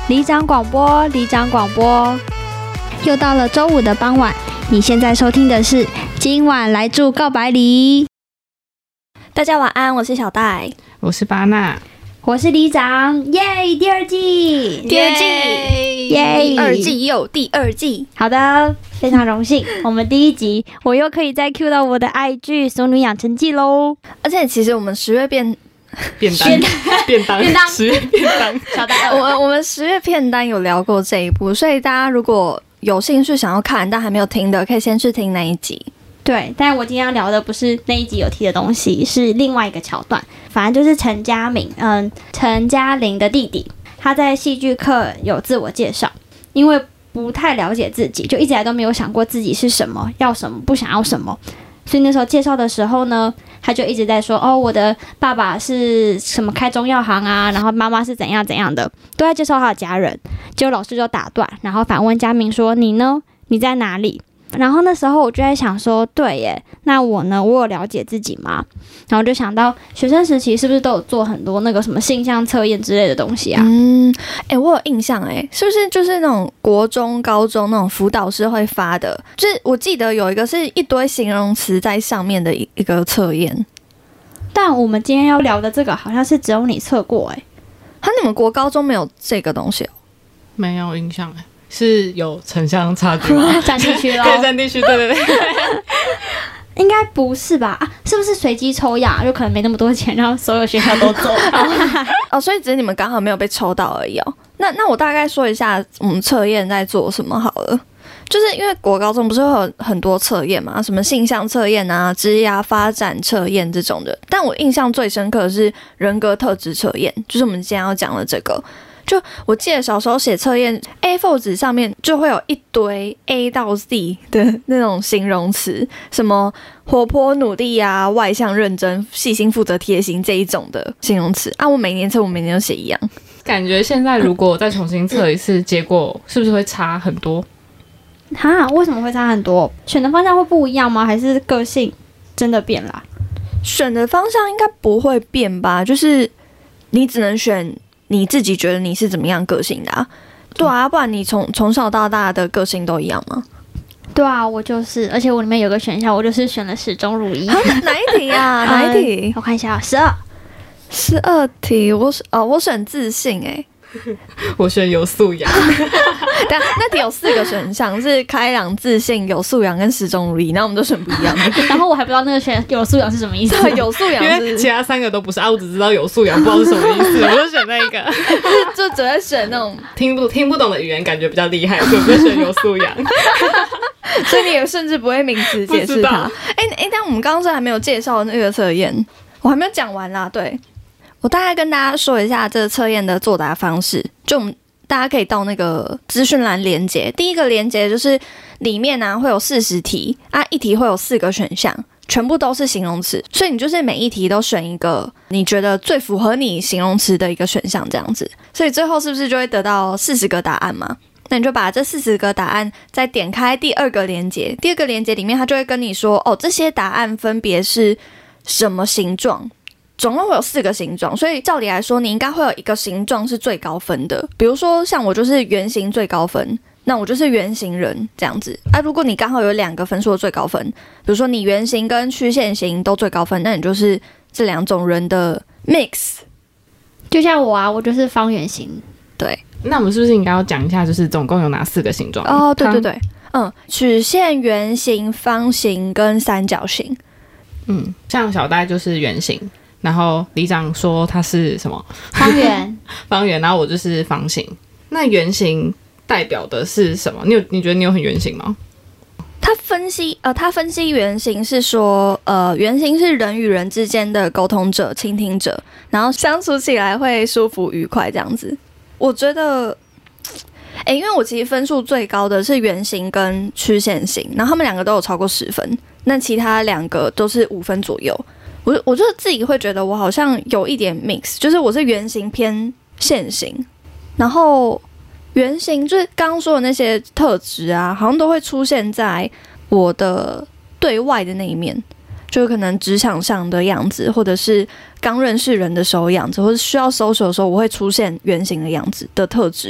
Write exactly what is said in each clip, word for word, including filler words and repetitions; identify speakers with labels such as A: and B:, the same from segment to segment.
A: 里长广播，里长广播，又到了周五的傍晚，你现在收听的是今晚来住告白里。
B: 大家晚安，我是小戴，
C: 我是巴娜，
A: 我是里长，耶！第二季，
B: 第二季，
A: 耶！
B: 第二季有第二季，
A: 好的，非常荣幸，我们第一集我又可以再 cue 到我的爱剧《俗女养成记》喽。
B: 而且其实我们十月变
C: 便当，便当，
A: 便当，
C: 十月便当，
A: 小戴，
B: 我们我们十月片单有聊过这一部，所以大家如果有兴趣想要看但还没有听的，可以先去听那一集。
A: 对，但我今天要聊的不是那一集有提的东西，是另外一个桥段。反正就是陈嘉明，嗯，陈嘉玲的弟弟，他在戏剧课有自我介绍，因为不太了解自己，就一直来都没有想过自己是什么，要什么，不想要什么。所以那时候介绍的时候呢，他就一直在说，哦，我的爸爸是什么开中药行啊，然后妈妈是怎样怎样的，都在介绍他的家人。结果老师就打断，然后反问嘉明说，你呢？你在哪里？然后那时候我就在想说，对耶，那我呢？我有了解自己吗？然后就想到学生时期是不是都有做很多那个什么性向测验之类的东西啊？
B: 嗯，哎、欸，我有印象，哎，是不是就是那种国中、高中那种辅导师会发的？就是我记得有一个是一堆形容词在上面的一一个测验。
A: 但我们今天要聊的这个好像是只有你测过，哎，
B: 他你们国高中没有这个东西哦？
C: 没有印象哎。是有城乡差距吗？
A: 占地区咯，
C: 对，占地区，对对对，
A: 应该不是吧？啊，是不是随机抽样？就可能没那么多钱，然后所有学校都做
B: 哦，所以只是你们刚好没有被抽到而已哦。那那我大概说一下我们测验在做什么好了。就是因为国高中不是会有很多测验嘛，什么性向测验啊、职业发展测验这种的。但我印象最深刻的是人格特质测验，就是我们今天要讲的这个。就我记得小时候写测验 A 四 纸上面就会有一堆 A 到 Z 的那种形容词，什么活泼努力啊、外向认真、细心负责、贴心这一种的形容词啊。我每年测我每年都写一样，
C: 感觉现在如果再重新测一次，结果是不是会差很多？
A: 哈，为什么会差很多？选的方向会不一样吗？还是个性真的变啦？
B: 选的方向应该不会变吧，就是你只能选你自己觉得你是怎么样个性的啊？对啊，不然你从从小到大的个性都一样吗？
A: 对啊，我就是，而且我里面有个选项，我就是选了始终如一。
B: 哪一题啊？哪一题？
A: 嗯、我看一下，十二，
B: 十二题，我哦，我选自信、欸，哎，
C: 我选有素养。
B: 但那题有四个选项，是开朗、自信、有素养跟始终如一，然后我们都选不一样的。
A: 然后我还不知道那个选有素养是什么意思。
B: 有素养是
C: 因为其他三个都不是啊，我只知道有素养，不知道是什么意思，我就选那一个。
B: 就只会选那种
C: 听不听不懂的语言，感觉比较厉害，所以我就选有素养。
B: 所以你也甚至不会名词解释它。哎哎、欸欸，但我们刚刚是还没有介绍那个测验，我还没有讲完啦。对，我大概跟大家说一下这个测验的作答方式，就我们大家可以到那个资讯栏连结，第一个连结就是里面呢、啊、会有四十题啊，一题会有四个选项，全部都是形容词，所以你就是每一题都选一个你觉得最符合你形容词的一个选项，这样子，所以最后是不是就会得到四十个答案嘛？那你就把这四十个答案再点开第二个连结，第二个连结里面它就会跟你说，哦，这些答案分别是什么形状。总共会有四个形状，所以照理来说，你应该会有一个形状是最高分的。比如说，像我就是圆形最高分，那我就是圆形人这样子。啊，如果你刚好有两个分数的最高分，比如说你圆形跟曲线形都最高分，那你就是这两种人的 mix。
A: 就像我啊，我就是方圆形。
B: 对，
C: 那我们是不是应该要讲一下，就是总共有哪四个形状？
B: 哦，对对对，嗯，曲线、圆形、方形跟三角形。
C: 嗯，像小戴就是圆形。然后里长说他是什么？
A: 方圆，
C: 方圆。然后我就是方形。那圆形代表的是什么？你有你觉得你有很圆形吗？
B: 他分析，呃，他分析圆形是说，呃，圆形是人与人之间的沟通者、倾听者，然后相处起来会舒服愉快这样子。我觉得，哎，因为我其实分数最高的是圆形跟曲线形，然后他们两个都有超过十分，那其他两个都是五分左右。我我就自己会觉得我好像有一点 mix， 就是我是圆形偏线形，然后圆形就是刚刚说的那些特质啊，好像都会出现在我的对外的那一面，就可能职场上的样子，或者是刚认识人的时候样子，或者需要 social 的时候，我会出现圆形的样子的特质。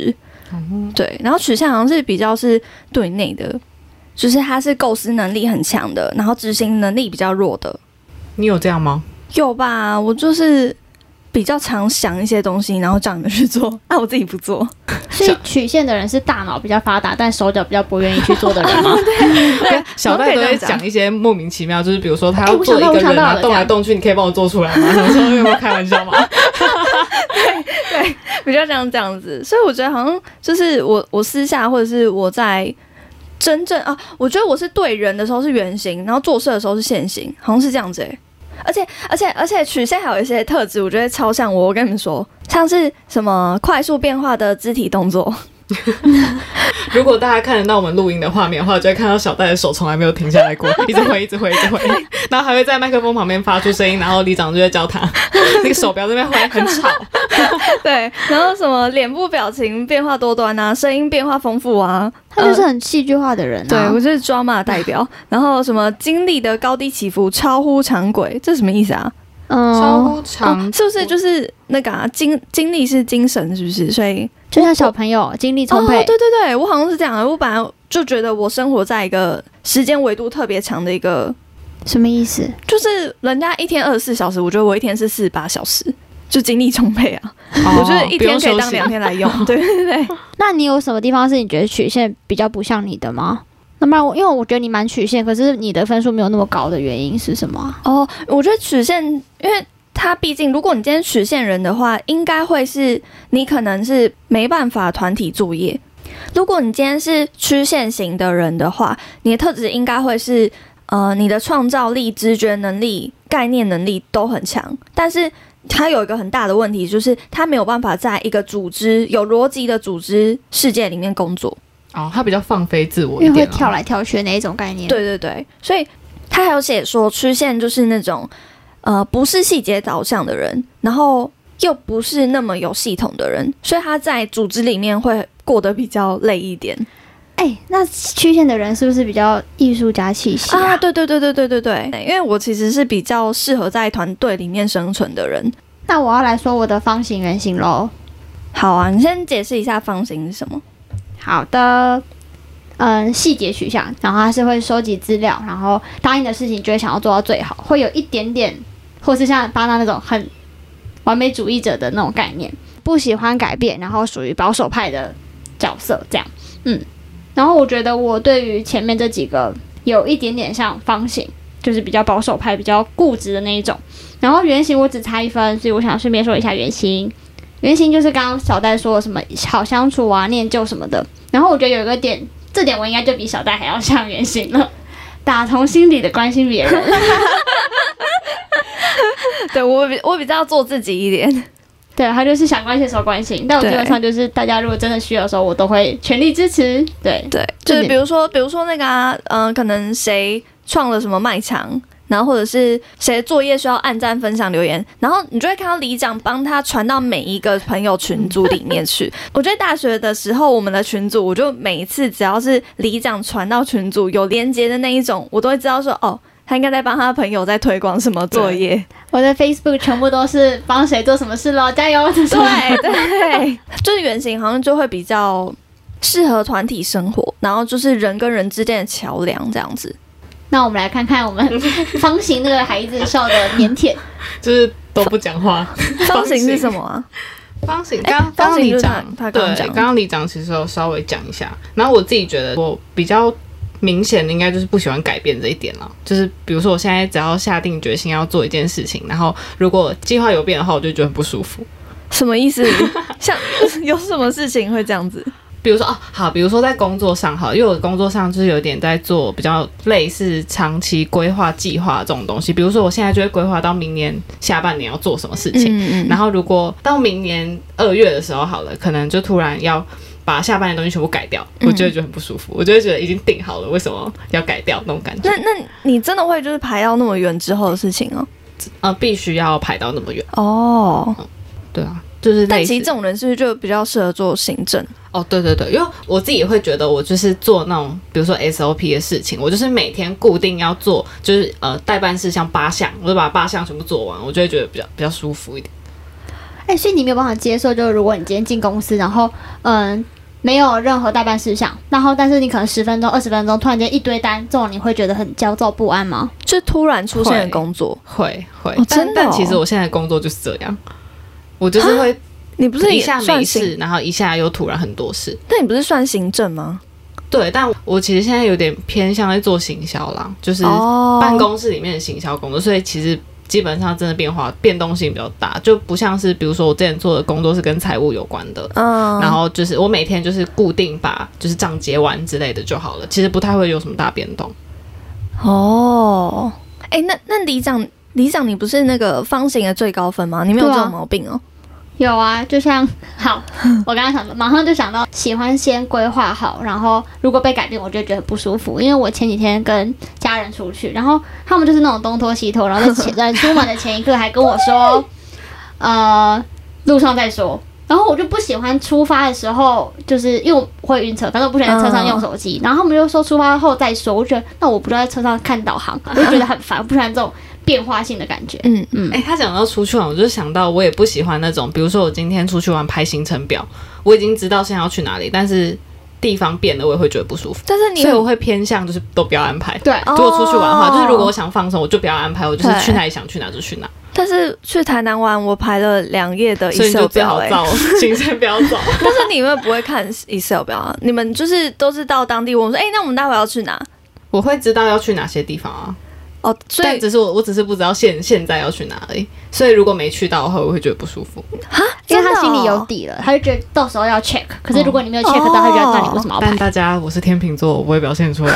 B: 嗯、对，然后取向好像是比较是对内的，就是他是构思能力很强的，然后执行能力比较弱的。
C: 你有这样吗？
B: 有吧，我就是比较常想一些东西，然后叫你们去做，啊，我自己不做。
A: 所以曲线的人是大脑比较发达，但手脚比较不愿意去做的人吗？
B: 对，
C: 小戴都会讲一些莫名其妙，就是比如说他要做一个人啊，动来动去，你可以帮我做出来吗？我说有没有开玩笑吗？
B: 对对，比较像这样子，所以我觉得好像就是我我私下或者是我在真正啊，我觉得我是对人的时候是圆形，然后做事的时候是线形，好像是这样子哎、欸。而且而且而且曲线还有一些特质，我觉得超像我。我跟你们说，像是什么快速变化的肢体动作。
C: 如果大家看得到我们录音的画面的话，就会看到小戴的手从来没有停下来过，一直挥，一直挥，一直挥，然后还会在麦克风旁边发出声音，然后里长就会教他那个手表这边挥，很吵。
B: 对，然后什么脸部表情变化多端啊，声音变化丰富啊，
A: 他就是很戏剧化的人、啊
B: 呃。对，我就是 drama 代表。然后什么经历的高低起伏超乎常轨，这是什么意思啊？
A: 嗯，
C: 超乎常、
B: 哦，是不是就是那个啊？精精力是精神，是不是？所以
A: 就像小朋友精力充沛。
B: 哦，对对对，我好像是这样的。我本来就觉得我生活在一个时间维度特别长的一个，
A: 什么意思？
B: 就是人家一天二十四小时，我觉得我一天是四十八小时，就精力充沛啊。哦、我觉得一天可以当两天来用。对对对。
A: 那你有什么地方是你觉得曲线比较不像你的吗？那么，因为我觉得你蛮曲线，可是你的分数没有那么高的原因是什么？
B: 哦，我觉得曲线，因为它毕竟，如果你今天曲线人的话，应该会是你可能是没办法团体作业。如果你今天是曲线型的人的话，你的特质应该会是呃，你的创造力、直觉能力、概念能力都很强，但是它有一个很大的问题，就是它没有办法在一个组织有逻辑的组织世界里面工作。
C: 哦，他比较放飞自我一点、啊，
A: 因为会跳来跳去的那一种概念。
B: 对对对，所以他还有写说曲线就是那种呃不是细节导向的人，然后又不是那么有系统的人，所以他在组织里面会过得比较累一点。
A: 哎、欸，那曲线的人是不是比较艺术家气息 啊,
B: 啊？对对对对对对对，因为我其实是比较适合在团队里面生存的人。
A: 那我要来说我的方形圆形咯。
B: 好啊，你先解释一下方形是什么。
A: 好的，嗯，细节取向，然后他是会收集资料，然后答应的事情就会想要做到最好，会有一点点，或是像巴纳那种很完美主义者的那种概念，不喜欢改变，然后属于保守派的角色，这样，嗯，然后我觉得我对于前面这几个有一点点像方形，就是比较保守派、比较固执的那一种，然后圆形我只差一分，所以我想顺便说一下圆形。原型就是刚刚小戴说的什么好相处啊、念旧什么的，然后我觉得有一个点，这点我应该就比小戴还要像原型了，打从心底的关心别人。
B: 对我比我比较做自己一点，
A: 对他就是想关心的时候关心，但我基本上就是大家如果真的需要的时候，我都会全力支持。对
B: 对，就是比如说比如说那个啊，嗯、呃，可能谁创了什么卖场。然后或者是谁作业需要按赞、分享、留言，然后你就会看到里长帮他传到每一个朋友群组里面去。我觉得大学的时候，我们的群组，我就每一次只要是里长传到群组有连结的那一种，我都会知道说，哦，他应该在帮他朋友在推广什么作业。
A: 我的 Facebook 全部都是帮谁做什么事咯，加油！对
B: 对，就是圆形好像就会比较适合团体生活，然后就是人跟人之间的桥梁这样子。
A: 那我们来看看我们方形那个孩子笑的腼腆，
C: 就是都不讲话。
B: 方形是什么啊？
C: 方形，刚刚里长对，刚刚里长其实有稍微讲一下。然后我自己觉得我比较明显的应该就是不喜欢改变这一点了。就是比如说我现在只要下定决心要做一件事情，然后如果计划有变的话，我就觉得很不舒服。
B: 什么意思？像有什么事情会这样子？
C: 比如说哦，好，比如说在工作上好，因为我工作上就是有点在做比较类似长期规划计划这种东西。比如说我现在就会规划到明年下半年要做什么事情，嗯嗯，然后如果到明年二月的时候好了，可能就突然要把下半年的东西全部改掉，我就会觉得很不舒服，嗯，我就会觉得已经定好了，为什么要改掉那种感觉。
B: 那那你真的会就是排到那么远之后的事情哦？
C: 呃，必须要排到那么远
B: 哦，
C: 嗯，对啊。就是
B: 但其实这种人是不是就比较适合做行政？
C: 哦，对对对，因为我自己会觉得我就是做那种比如说 S O P 的事情，我就是每天固定要做，就是呃代办事项八项，我就把八项全部做完，我就会觉得比较比较舒服一点。
A: 哎、欸，所以你没有办法接受，就是如果你今天进公司，然后嗯没有任何代办事项，然后但是你可能十分钟、二十分钟突然间一堆单，这种你会觉得很焦躁不安吗？
B: 就突然出现的工作，
C: 会会、
B: 哦，真的、哦。
C: 但其实我现在的工作就是这样，我就是会，
B: 你不是
C: 一下没事，然后一下又突然很多事。
B: 那你不是算行政吗？
C: 对，但我其实现在有点偏向在做行销啦，就是办公室里面的行销工作，所以其实基本上真的变化变动性比较大，就不像是比如说我之前做的工作是跟财务有关的，嗯，然后就是我每天就是固定把就是账结完之类的就好了，其实不太会有什么大变动。
B: 哦，哎、欸，那那里长里长，你不是那个方形的最高分吗？你没有这种毛病哦？
A: 有啊，就像好，我刚刚想到，马上就想到喜欢先规划好，然后如果被改变，我就觉得很不舒服。因为我前几天跟家人出去，然后他们就是那种东拖西拖，然后在前在出门的前一刻还跟我说，呃，路上再说。然后我就不喜欢出发的时候，就是因为我会晕车，但是我不喜欢在车上用手机。嗯、然后他们就说出发后再说，我觉得那我不就在车上看导航，我就觉得很烦，我不喜欢这种变化性的感觉。
C: 嗯嗯。哎、欸，他讲到出去玩，我就想到我也不喜欢那种，比如说我今天出去玩排行程表，我已经知道现在要去哪里，但是地方变了，我也会觉得不舒服。
B: 但是你，
C: 所以我会偏向就是都不要安排。
A: 对，
C: 如果出去玩的话，就是如果我想放松，我就不要安排，我就是去哪里想去哪就去哪。
B: 但是去台南玩，我排了两页的 Excel 表、欸，
C: 所以你就只好照行程表走。
B: 但是你们不会看 Excel 表啊？你们就是都是到当地问我说，哎、欸，那我们待会要去哪？
C: 我会知道要去哪些地方啊。
B: 哦，所以
C: 但只是我，我只是不知道现现在要去哪里，所以如果没去到的话，我会觉得不舒服。
A: 哈，因为他心里有底了，他就觉得到时候要 check。可是如果你没有 check 到，他就觉得那你为什么要排？
C: 但大家，我是天秤座，我不会表现出来。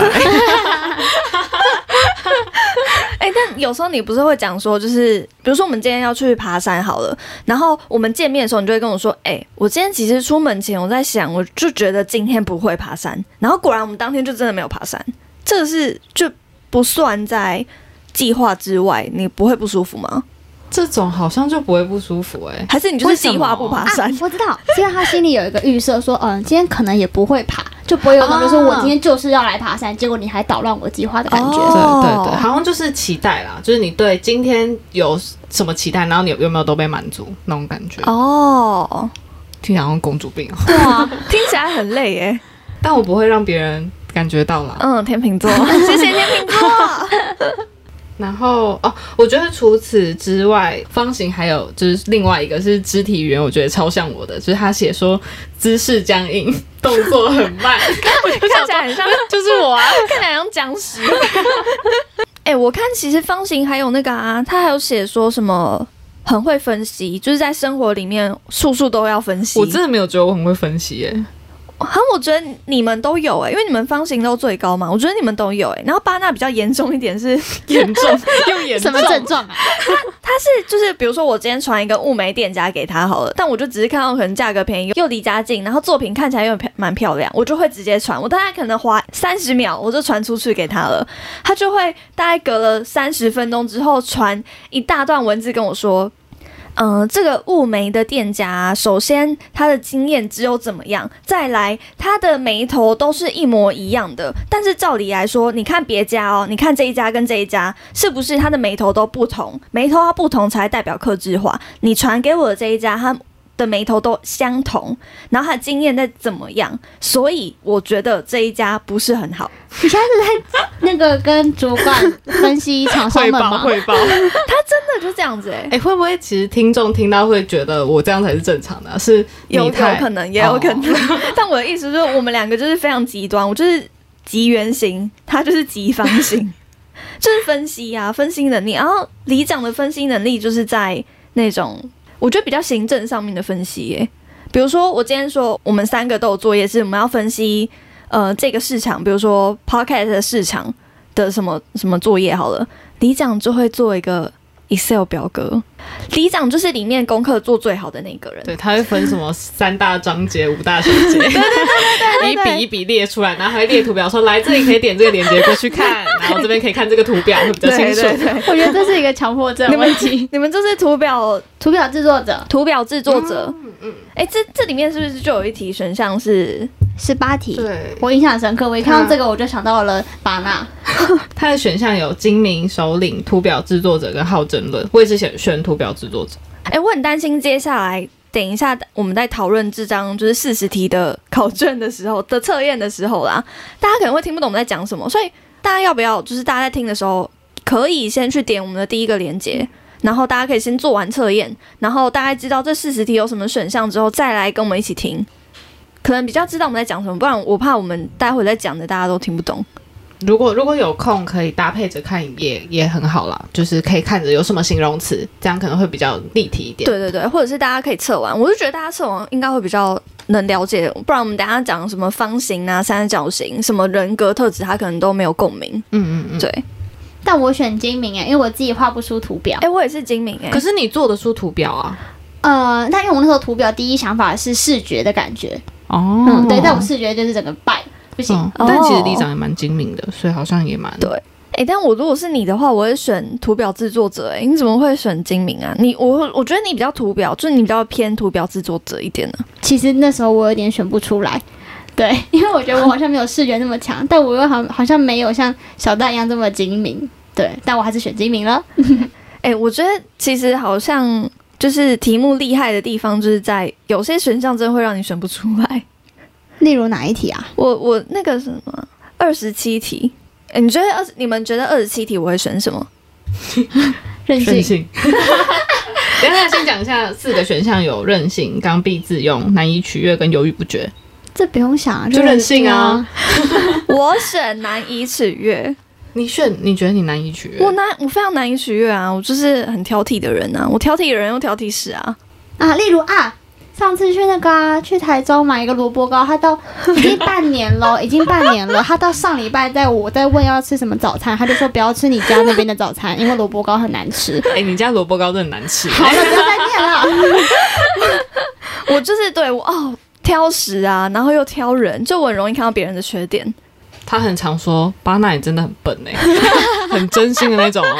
B: 哎、欸，但有时候你不是会讲说，就是比如说我们今天要去爬山好了，然后我们见面的时候，你就会跟我说，哎、欸，我今天其实出门前我在想，我就觉得今天不会爬山，然后果然我们当天就真的没有爬山，这个是就不算在计划之外，你不会不舒服吗？
C: 这种好像就不会不舒服哎、欸，
B: 还是你就是计划不爬山？
A: 啊、我知道，因为他心里有一个预设，说，嗯，今天可能也不会爬，就不会有种就是我今天就是要来爬山，结果你还捣乱我计划的感觉。
C: 哦、对对对，好像就是期待啦，就是你对今天有什么期待，然后你有没有都被满足那种感觉。哦，听起来好像公主病哦。
B: 对啊，听起来很累耶，
C: 但我不会让别人感觉到啦。
B: 嗯，天秤座，谢谢天秤座。
C: 然后哦，我觉得除此之外，方形还有就是另外一个是肢体语言，我觉得超像我的，就是他写说姿势僵硬，动作很慢，
B: 看起来很像，
C: 就是我啊，
B: 看起来像僵尸。哎、欸，我看其实方形还有那个啊，他还有写说什么很会分析，就是在生活里面处处都要分析。
C: 我真的没有觉得我很会分析耶、欸。
B: 好，我觉得你们都有哎、欸，因为你们方形都最高嘛，我觉得你们都有哎、欸。然后巴纳比较严重一点是
C: 严重，用严重
A: 什么症状啊？
B: 他他是就是比如说我今天传一个物美店家给他好了，但我就只是看到可能价格便宜又离家近，然后作品看起来又蛮漂亮，我就会直接传。我大概可能花三十秒我就传出去给他了，他就会大概隔了三十分钟之后传一大段文字跟我说。嗯、呃，这个雾眉的店家、啊，首先他的经验只有怎么样，再来他的眉头都是一模一样的，但是照理来说，你看别家哦，你看这一家跟这一家，是不是他的眉头都不同？眉头它不同才代表客制化。你传给我的这一家，他的眉头都相同，然后他的经验在怎么样？所以我觉得这一家不是很好。
A: 你现在是在那个跟主管分析厂商们吗？
C: 汇报，
B: 他真的就这样子哎、欸！
C: 哎、欸，会不会其实听众听到会觉得我这样才是正常的、啊？是
B: 有有可能，也有可能。哦、但我的意思就是，我们两个就是非常极端，我就是极圆形，他就是极方形，就是分析啊，分析能力。然后里长的分析能力就是在那种。我觉得比较行政上面的分析耶，比如说我今天说我们三个都有作业，是我们要分析呃这个市场，比如说 podcast 的市场的什么什么作业好了，里长就会做一个 Excel 表格，里长就是里面功课做最好的那个人，
C: 对，他会分什么三大章节、五大小节，对对对对对，一笔一笔列出来，然后还会列图表说，来这里可以点这个链接过去看，然后这边可以看这个图表，会比较清楚。
B: 对对对，
A: 我觉得这是一个强迫症问题。
B: 你们就是图表
A: 图表制作者，
B: 图表制作者。嗯嗯，哎、欸，这这里面是不是就有一题选项是
A: 十八题？
C: 对，
A: 我印象很深刻。我一看到这个，我就想到了巴纳。
C: 它的选项有精明、首领、图表制作者跟好争论。我也是选选图表制作者。
B: 哎、欸，我很担心接下来等一下我们在讨论这张就是四十题的考卷的时候的测验的时候啦，大家可能会听不懂我们在讲什么，所以大家要不要就是大家在听的时候可以先去点我们的第一个连结，然后大家可以先做完测验，然后大概知道这四十题有什么选项之后再来跟我们一起听，可能比较知道我们在讲什么，不然我怕我们待会在讲的大家都听不懂。
C: 如果如果有空可以搭配着看也也很好啦，就是可以看着有什么形容词，这样可能会比较立体一点。
B: 对对对，或者是大家可以测完，我就觉得大家测完应该会比较能了解，不然我们等一下讲什么方形啊、三角形、什么人格特质，他可能都没有共鸣。
C: 嗯嗯嗯，
B: 对。
A: 但我选精明哎、欸，因为我自己画不出图表。
B: 哎、欸，我也是精明哎、欸。
C: 可是你做得出图表啊？
A: 呃，但因为我那时候图表第一想法是视觉的感觉。
C: 哦。
A: 嗯，对，但我视觉就是整个败。不行、
C: 嗯，但其实里长也蛮精明的，所以好像也蛮
B: 对。哎、欸，但我如果是你的话，我会选图表制作者、欸。哎，你怎么会选精明啊？你我我觉得你比较图表，就是你比较偏图表制作者一点呢。
A: 其实那时候我有点选不出来，对，因为我觉得我好像没有视觉那么强，但我又好好像没有像小戴一样这么精明，对，但我还是选精明了。
B: 哎、欸，我觉得其实好像就是题目厉害的地方，就是在有些选项真的会让你选不出来。
A: 例如哪一题啊？
B: 我我那个什么二十七题，欸、你觉得二你们觉得二十七题我会选什么？
A: 任性。
C: 任性等一下先讲一下四个选项有任性、刚愎自用、难以取悦跟犹豫不决。
A: 这不用想啊，
C: 就任性啊！
B: 我选难以取悦。
C: 你选？你觉得你难以取悦？
B: 我难，我非常难以取悦啊！我就是很挑剔的人啊！我挑剔人又挑剔屎啊！
A: 啊，例如啊。上次去那个啊，去台中买一个萝卜糕，他到已经半年了，已经半年了。他到上礼拜在我在问要吃什么早餐，他就说不要吃你家那边的早餐，因为萝卜糕很难吃。
C: 哎、欸，你家萝卜糕真的难吃。
A: 好了，不要再念了。
B: 我就是对我哦挑食啊，然后又挑人，就我很容易看到别人的缺点。
C: 他很常说巴娜也真的很笨哎、欸，很真心的那种哦。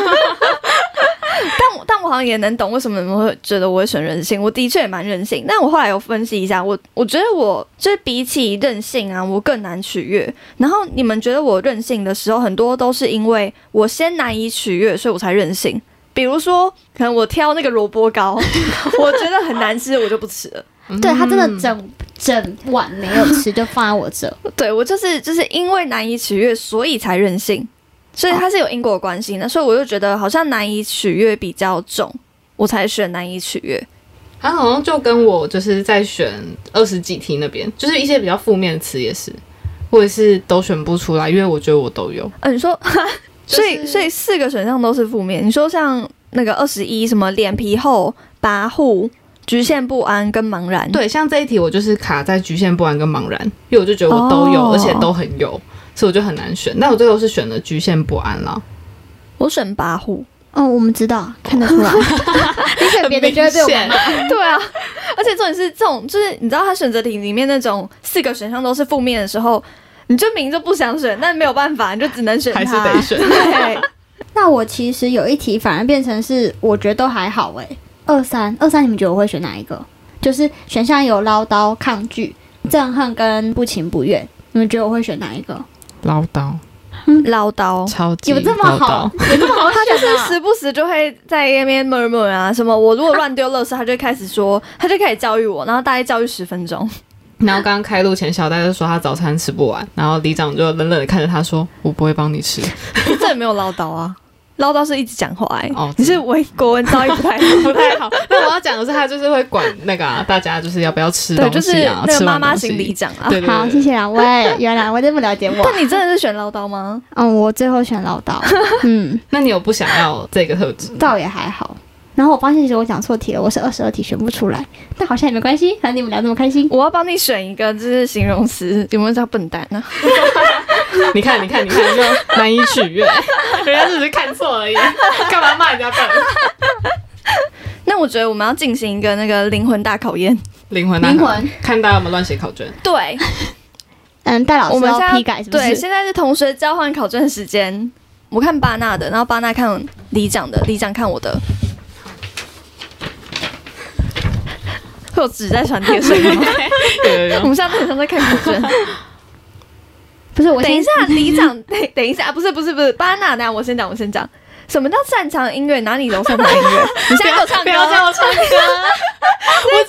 B: 但我但我好像也能懂为什么你们会觉得我会选任性，我的确也蛮任性。但我后来有分析一下，我我觉得我就是比起任性啊，我更难取悦。然后你们觉得我任性的时候，很多都是因为我先难以取悦，所以我才任性。比如说，可能我挑那个萝卜糕，我觉得很难吃，我就不吃了。
A: 对，他真的整整碗没有吃，就放在我这。
B: 对，我就是就是因为难以取悦，所以才任性。所以它是有因果关系的，所以我就觉得好像难以取悦比较重，我才选难以取悦。
C: 他好像就跟我就是在选二十几题那边，就是一些比较负面的词也是，我也是都选不出来，因为我觉得我都有。
B: 呃，你说，
C: 就是、
B: 所以所以四个选项都是负面。你说像那个二十一，什么脸皮厚、跋扈、局限不安跟茫然。
C: 对，像这一题我就是卡在局限不安跟茫然，因为我就觉得我都有，哦、而且都很有。所以我就很难选，但我最后是选了局限不安啦。
B: 我选跋扈，
A: 哦，我们知道，看得出来。你选别的就会被我们骂。
B: 对啊，而且重点是这种，就是你知道他选择题里面那种四个选项都是负面的时候，你就明明就不想选，但没有办法，你就只能选它，
C: 还是得选。
B: 对。
A: 那我其实有一题反而变成是，我觉得都还好哎。二三二三，你们觉得我会选哪一个？就是选项有唠叨、抗拒、憎恨跟不情不愿，你们觉得我会选哪一个？
C: 唠叨，
B: 嗯、唠叨，
C: 超级
A: 有这么好，有这么好选、啊？
B: 他就是时不时就会在那边 murmur 啊，什么我如果乱丢垃圾，他就会开始说，他就开始教育我，然后大概教育十分钟。
C: 然后刚刚开录前，小戴就说他早餐吃不完，然后里长就冷冷的看着他说：“我不会帮你吃。”
B: 这也没有唠叨啊。唠叨是一直讲话哎、欸，
C: 哦，
B: 你是为国文造诣不太
C: 不太好。那我要讲的是，他就是会管那个、啊、大家就是要不要吃东西啊，
B: 对，就是那个妈妈型里长啊。
C: 对对对对
A: 好，谢谢两位，原来我这么了解我。
B: 但你真的是选唠叨吗？
A: 嗯，我最后选唠叨。嗯，
C: 那你有不想要这个特质？
A: 倒也还好。然后我发现其实我讲错题了，我是二十二题选不出来，但好像也没关系，反正你们聊这么开心。
B: 我要帮你选一个，就是形容词，有没有叫笨蛋呢、啊？
C: 你看，你看，你看，就难以取悦，人家只是看错而已，干嘛骂人家笨？
B: 那我觉得我们要进行一个那个灵魂大考验，
C: 灵魂大考验，看大家有没有乱写考卷。
B: 对，
A: 嗯，戴老师要批改是不是？
B: 对，现在是同学交换考卷时间。我看巴娜的，然后巴娜看里长的，里长看我的。会有纸在传递的声音吗？
C: 有有有。
B: 我们现在很像在看考卷。
A: 不是，我
B: 等一下，里长，等等一下，不是不是不是，巴娜，等一下我先讲，我先讲。什么叫擅长音乐？哪里有擅长音乐？你现在给我唱歌，
C: 不要叫我唱歌。我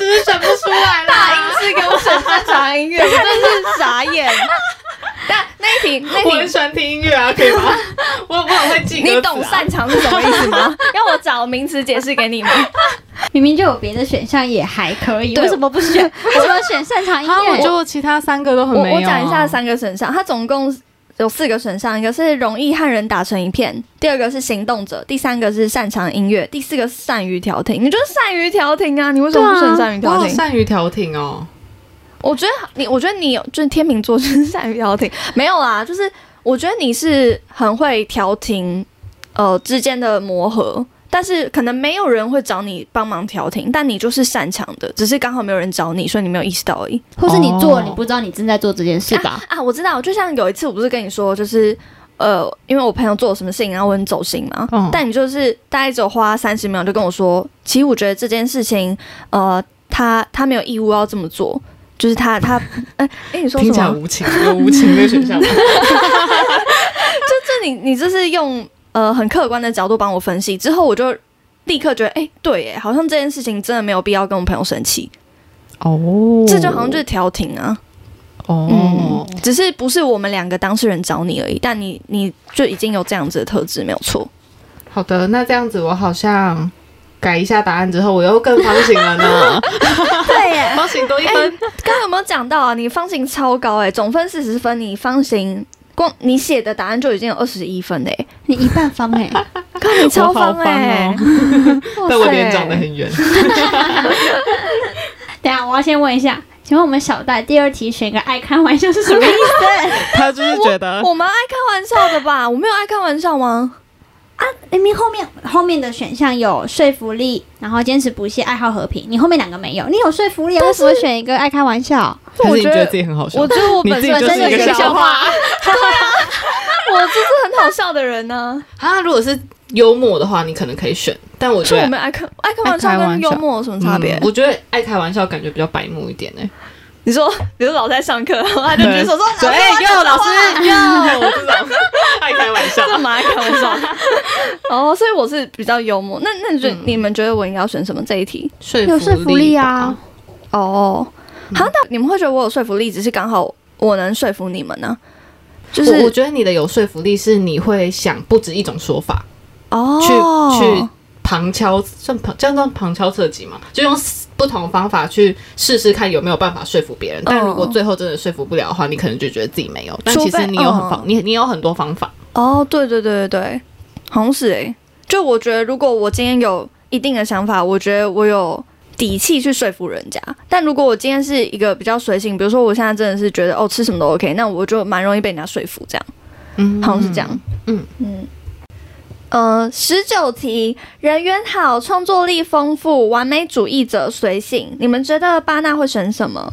B: 常音乐，我真的是傻眼。但那一题，那一题
C: 我很喜欢听音乐啊，可以吗？我我很会记歌词啊。
B: 你懂擅长是什么意思吗？要我找名词解释给你吗？
A: 明明就有别的选项也还可以，为什么不选？为什么选擅长音乐？
C: 我觉得其他三个都很没有、啊。
B: 我我讲一下三个选项，它总共有四个选项，一个是容易和人打成一片，第二个是行动者，第三个是擅长音乐，第四个是善于调停。你就是善于调停啊？你为什么不选善于调停？
C: 善于调停哦。
B: 我觉得你，我觉得你有，就是天秤座就是善于调停，没有啦，就是我觉得你是很会调停，呃之间的磨合，但是可能没有人会找你帮忙调停，但你就是擅长的，只是刚好没有人找你，所以你没有意识到而已，
A: 或是你做了，你不知道你正在做这件事吧？
B: 啊，啊我知道，就像有一次我不是跟你说，就是呃，因为我朋友做了什么事情，然后我很走心嘛，嗯、但你就是大概只有花三十秒就跟我说，其实我觉得这件事情，呃，他他没有义务要这么做。就是他他哎哎、欸，你说什么？
C: 听起来无情，有无情的选项吗？就
B: 就你你这是用呃很客观的角度帮我分析之后，我就立刻觉得哎、欸、对哎，好像这件事情真的没有必要跟我朋友生气
C: 哦，
B: 这就好像就是调停啊
C: 哦、
B: 嗯，只是不是我们两个当事人找你而已，但你你就已经有这样子的特质，没有错。
C: 好的，那这样子我好像。改一下答案之后，我又更方形了呢。
B: 对耶，
C: 方形多一分。
B: 刚、欸、刚有没有讲到啊？你方形超高哎、欸，总分四十分，你方形光你写的答案就已经有二十一分嘞、欸，
A: 你一半方哎、欸，
B: 看你超方哎、欸，
C: 哦、但我脸长得很圆。
A: 等一下，我要先问一下，请问我们小戴第二题选个爱开玩笑是什么意思？
C: 他就是觉得
B: 我蛮爱开玩笑的吧？我没有爱开玩笑吗？
A: 啊，明明后面后面的选项有说服力，然后坚持不懈，爱好和平，你后面两个没有，你有说服力，为什么选一个爱开玩笑？
C: 还是你觉得自己很好笑？
B: 我觉得我本身
C: 就是一个笑话。
B: 对啊，我就是很好笑的人呢、
C: 啊。啊，如果是幽默的话，你可能可以选，但我觉得
B: 我们爱开爱开玩笑跟幽默有什么差别、嗯？
C: 我觉得爱开玩笑感觉比较白目一点呢、欸。
B: 你说，比如老师在上课，然后他就举手说：“
C: 哎，哟，老师，哟，这种爱开玩笑，
B: 这蛮爱开玩笑。”哦，所以我是比较幽默。那那你觉得、嗯、你们觉得我应该要选什么这一题？
C: 说服力
A: 有说服力啊。
B: 哦，好、嗯，那你们会觉得我有说服力，只是刚好我能说服你们呢？就是
C: 我, 我觉得你的有说服力是你会想不止一种说法，
B: 哦，
C: 去去。旁敲算旁这样算旁敲侧击嘛？就用不同方法去试试看有没有办法说服别人。但如果最后真的说服不了的话，你可能就觉得自己没有。但其实你有很方，你你有很多方法。
B: 哦，对对对对对，好像是哎。就我觉得，如果我今天有一定的想法，我觉得我有底气去说服人家。但如果我今天是一个比较随性，比如说我现在真的是觉得哦吃什么都 OK， 那我就蛮容易被人家说服。这样，嗯，好像是这样。嗯嗯。呃，十九题，人缘好，创作力丰富，完美主义者，随性。你们觉得巴娜会选什么？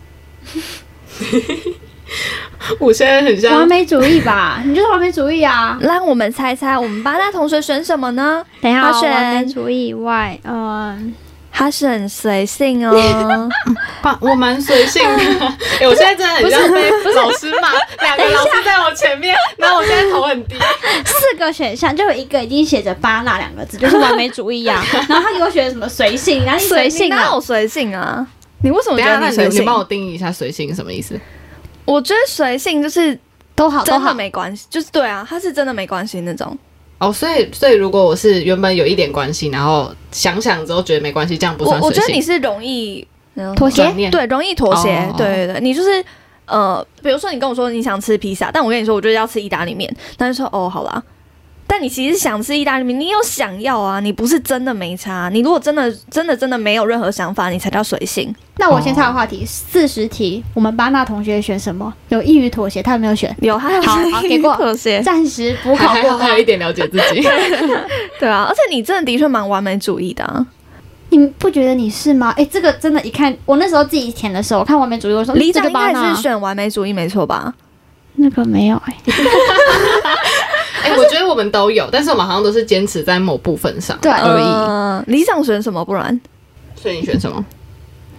C: 我现在很像
A: 完美主义吧？你就是完美主义啊！
B: 让我们猜猜，我们巴娜同学选什么呢？
A: 等一下，
B: 他选
A: 完美主义以外，嗯、呃。
B: 他是很随性哦，
C: 我蛮随性的。哎、欸，我现在真的很像被老师骂，两个老师在我前面，然后我现在头很低。
A: 四个选项就有一个已经写着巴娜两个字，就是完美主义啊。然后他给我选什么随性，然后随性
B: 啊，哪有随性啊？你为什么觉得你随性？
C: 你帮我定义一下随性什么意思？
B: 我觉得随性就是
A: 都好，
B: 真的没关系，就是对啊，他是真的没关系那种。
C: 哦，所以所以如果我是原本有一点关系，然后想想之后觉得没关系，这样不算随性。我
B: 我觉得你是容易
A: 妥协，
B: 对，容易妥协，哦、对对对，你就是呃，比如说你跟我说你想吃披萨，但我跟你说我就是要吃意大利面，那就说哦好啦。但你其实想吃意大利面，你有想要啊，你不是真的没差。你如果真的真的真的没有任何想法，你才叫随性。
A: 那我先插个话题，四十题，我们巴娜同学选什么？有益于妥协，他有没有选？
B: 有，他有
A: 好好给过
B: 妥协，
A: 暂时补考过，
C: 还有一点了解自己。
B: 对啊，而且你真的的确蛮完美主义的、啊。
A: 你不觉得你是吗？哎、欸，这个真的，一看我那时候自己填的时候，我看完美主义，我说
B: 李长应该是选完美主义没错吧？
A: 那个没有哎、欸。
C: 哎、欸，我觉得我们都有，但是我们好像都是坚持在某部分上
A: 对
C: 而已。
B: 呃、理想选什么？不然，
C: 所以你选什么？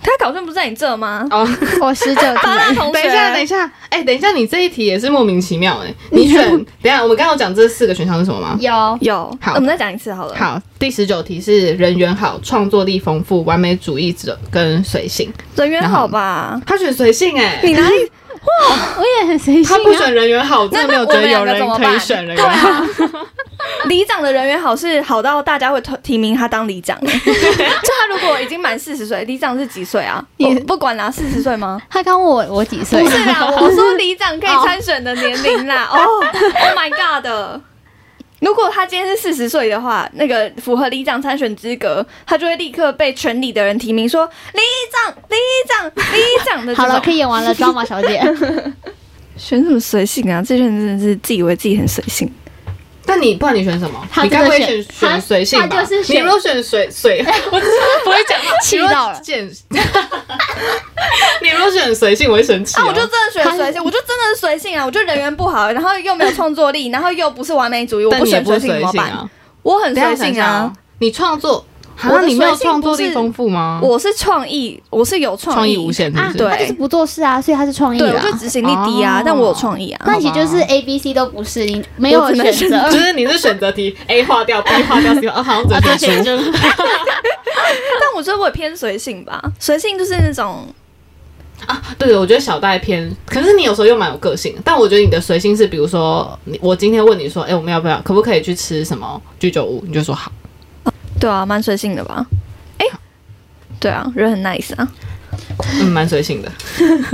B: 他考卷不是在你这吗？
C: 哦，
A: 我十九
B: 八大
A: 题，
B: 同学，
C: 等一下，等一下，哎、欸，等一下，你这一题也是莫名其妙哎、欸。你选，等一下，我们刚刚有讲这四个选项是什么吗？
A: 有
B: 有，
C: 好
B: 我们再讲一次好了。
C: 好，第十九题是人缘好、创作力丰富、完美主义者跟随性。
B: 人缘好吧？
C: 他选随性哎、欸，
B: 你哪里？
A: 我也很随性、啊。
C: 他不选人缘好，我真的没有觉得有人可以选人缘好。
B: 里长的人缘好是好到大家会提名他当里长、欸，就他如果已经满四十岁，里长是几岁啊？你不管啦，四十岁吗？
A: 他刚问我我几岁？
B: 不是啦，我说里长可以参选的年龄啦。哦、oh, ，Oh my God！ 如果他今天是四十岁的话，那个符合里长参选资格，他就会立刻被全里的人提名说里长、里长、里长的。
A: 好了，可以演完了，抓马小姐。
B: 选什么随性啊？这些人真的是自以为自己很随性。
C: 但你不然你选什么？你该不会选选随性吧？
A: 他就是选
C: 你如果选随随，我不会讲，
A: 气到了。
C: 你如果选随性，我会生气、哦。
B: 啊，我就真的选随性，我就真的是随性啊！我就人缘不好，然后又没有创作力，然后又不是完美主义，我不选随性怎么办？我很随性啊！
C: 你创作。啊，你没有创作力丰富吗？
B: 我是创意，我是有创意，
C: 创意无限，是不是？
A: 啊、对，他就是不做事啊，所以他是创意、啊。
B: 对，我就执行力低啊，哦、但我有创意啊。
A: 那你就是 A、B、C 都不是，你没有选择，
C: 就是你是选择题 A 划掉 ，B 划掉 ，C 划，哦，好像只能选出。
B: 但我觉得我也偏随性吧，随性就是那种
C: 啊，对，我觉得小戴偏，可是你有时候又蛮有个性的。但我觉得你的随性是，比如说，我今天问你说，哎、欸，我们要不要，可不可以去吃什么居酒屋？你就说好。
B: 对啊，蛮随性的吧？哎、欸，对啊，人很 nice 啊，
C: 嗯，蛮随性的。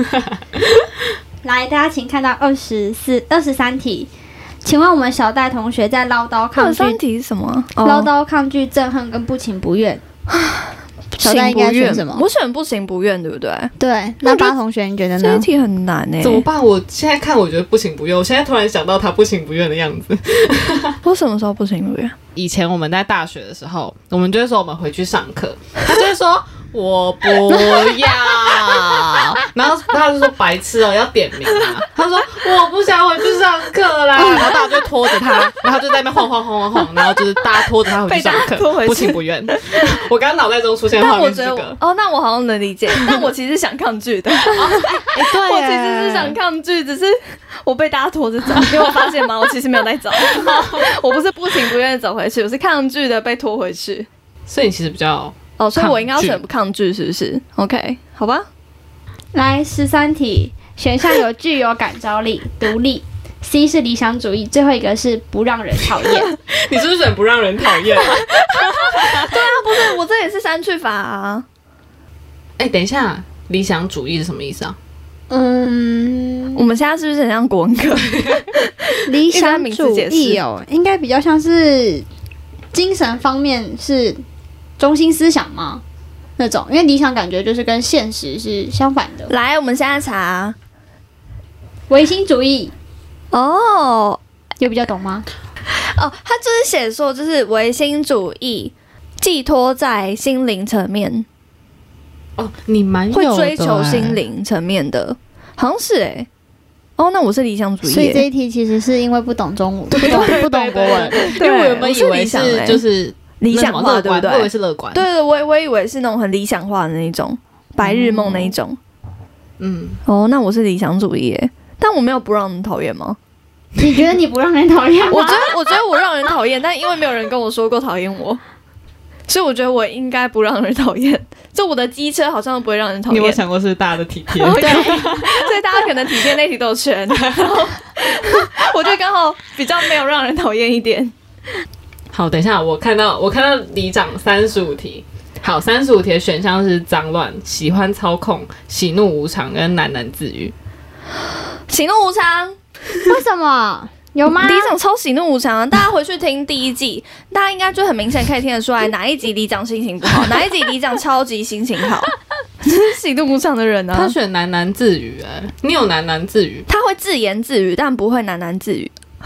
A: 来，大家请看到二十四、二十三题，请问我们小戴同学在唠叨抗拒，
B: 二十三题是什么？
A: 唠叨抗拒憎恨跟不情不愿。小戴应该选什么？
B: 我选不情不愿，对不对？
A: 对，那八同学你觉得呢？
B: 这一题很难诶、欸，
C: 怎么办？我现在看，我觉得不情不愿。我现在突然想到他不情不愿的样子。
B: 我什么时候不情不愿？
C: 以前我们在大学的时候，我们就会说我们回去上课，他就会说我不要，然后他就说白痴哦，要点名啊。他说我不想回去上课啦，然后大家就拖着他，然后就在那边晃晃晃晃晃，然后就是大家拖着他回去上课，不情不愿。我刚刚脑袋中出现画面是这个，
B: 哦，那我好像能理解，但我其实想抗拒的。哦欸、对，我其实是想抗拒，只是我被大家拖着走，你有发现吗？我其实没有在走，我不是不情不愿的走回去，我是抗拒的被拖回去。
C: 所以你其实比较
B: 哦，所以我应该要选抗拒，是不是 ？OK， 好吧。
A: 来，十三题，选项有具有感召力、独立 ，C 是理想主义，最后一个是不让人讨厌。
C: 你是不是选不让人讨厌？
B: 对啊，不是，我这也是删去法啊。
C: 哎、欸，等一下，理想主义是什么意思啊？
A: 嗯，
B: 我们现在是不是很像国文课？
A: 理想主义哦，应该比较像是精神方面是中心思想吗？那种，因为理想感觉就是跟现实是相反的。
B: 来，我们现在查
A: 唯心主义
B: 哦，
A: 有比较懂吗？
B: 哦，他就是写说，就是唯心主义寄托在心灵层面。
C: 哦，你蛮
B: 会追求心灵层面的，好像是哎、欸。哦，那我是理想主义、欸，
A: 所以这一题其实是因为不懂中文，不懂不懂国文，
C: 因为我原本以为是就是
B: 理想化，对不对？
C: 我以为是乐观，
B: 对对，我我以为是那种很理想化的那一种白日梦那一种。
C: 嗯，
B: 哦，那我是理想主义、欸，但我没有不让人讨厌吗？
A: 你觉得你不让人讨厌吗？
B: 我觉得我觉得我让人讨厌，但因为没有人跟我说过讨厌我，所以我觉得我应该不让人讨厌。就我的机车好像都不会让人讨厌。
C: 你有没有想过是大家的体贴？
B: 对，所以大家可能体贴那题都有全，然后我就刚好比较没有让人讨厌一点。
C: 好，等一下，我看到我看到里长三十五题。好，三十五题的选项是脏乱、喜欢操控、喜怒无常跟喃喃自语。
B: 喜怒无常？
A: 为什么？有吗？
B: 里长超喜怒无常啊！大家回去听第一季，大家应该就很明显可以听得出来哪一集里长心情不好，哪一集里长超级心情好。这是喜怒无常的人啊！
C: 他选喃喃自语、欸，哎，你有喃喃自语？
B: 他会自言自语，但不会喃喃自语。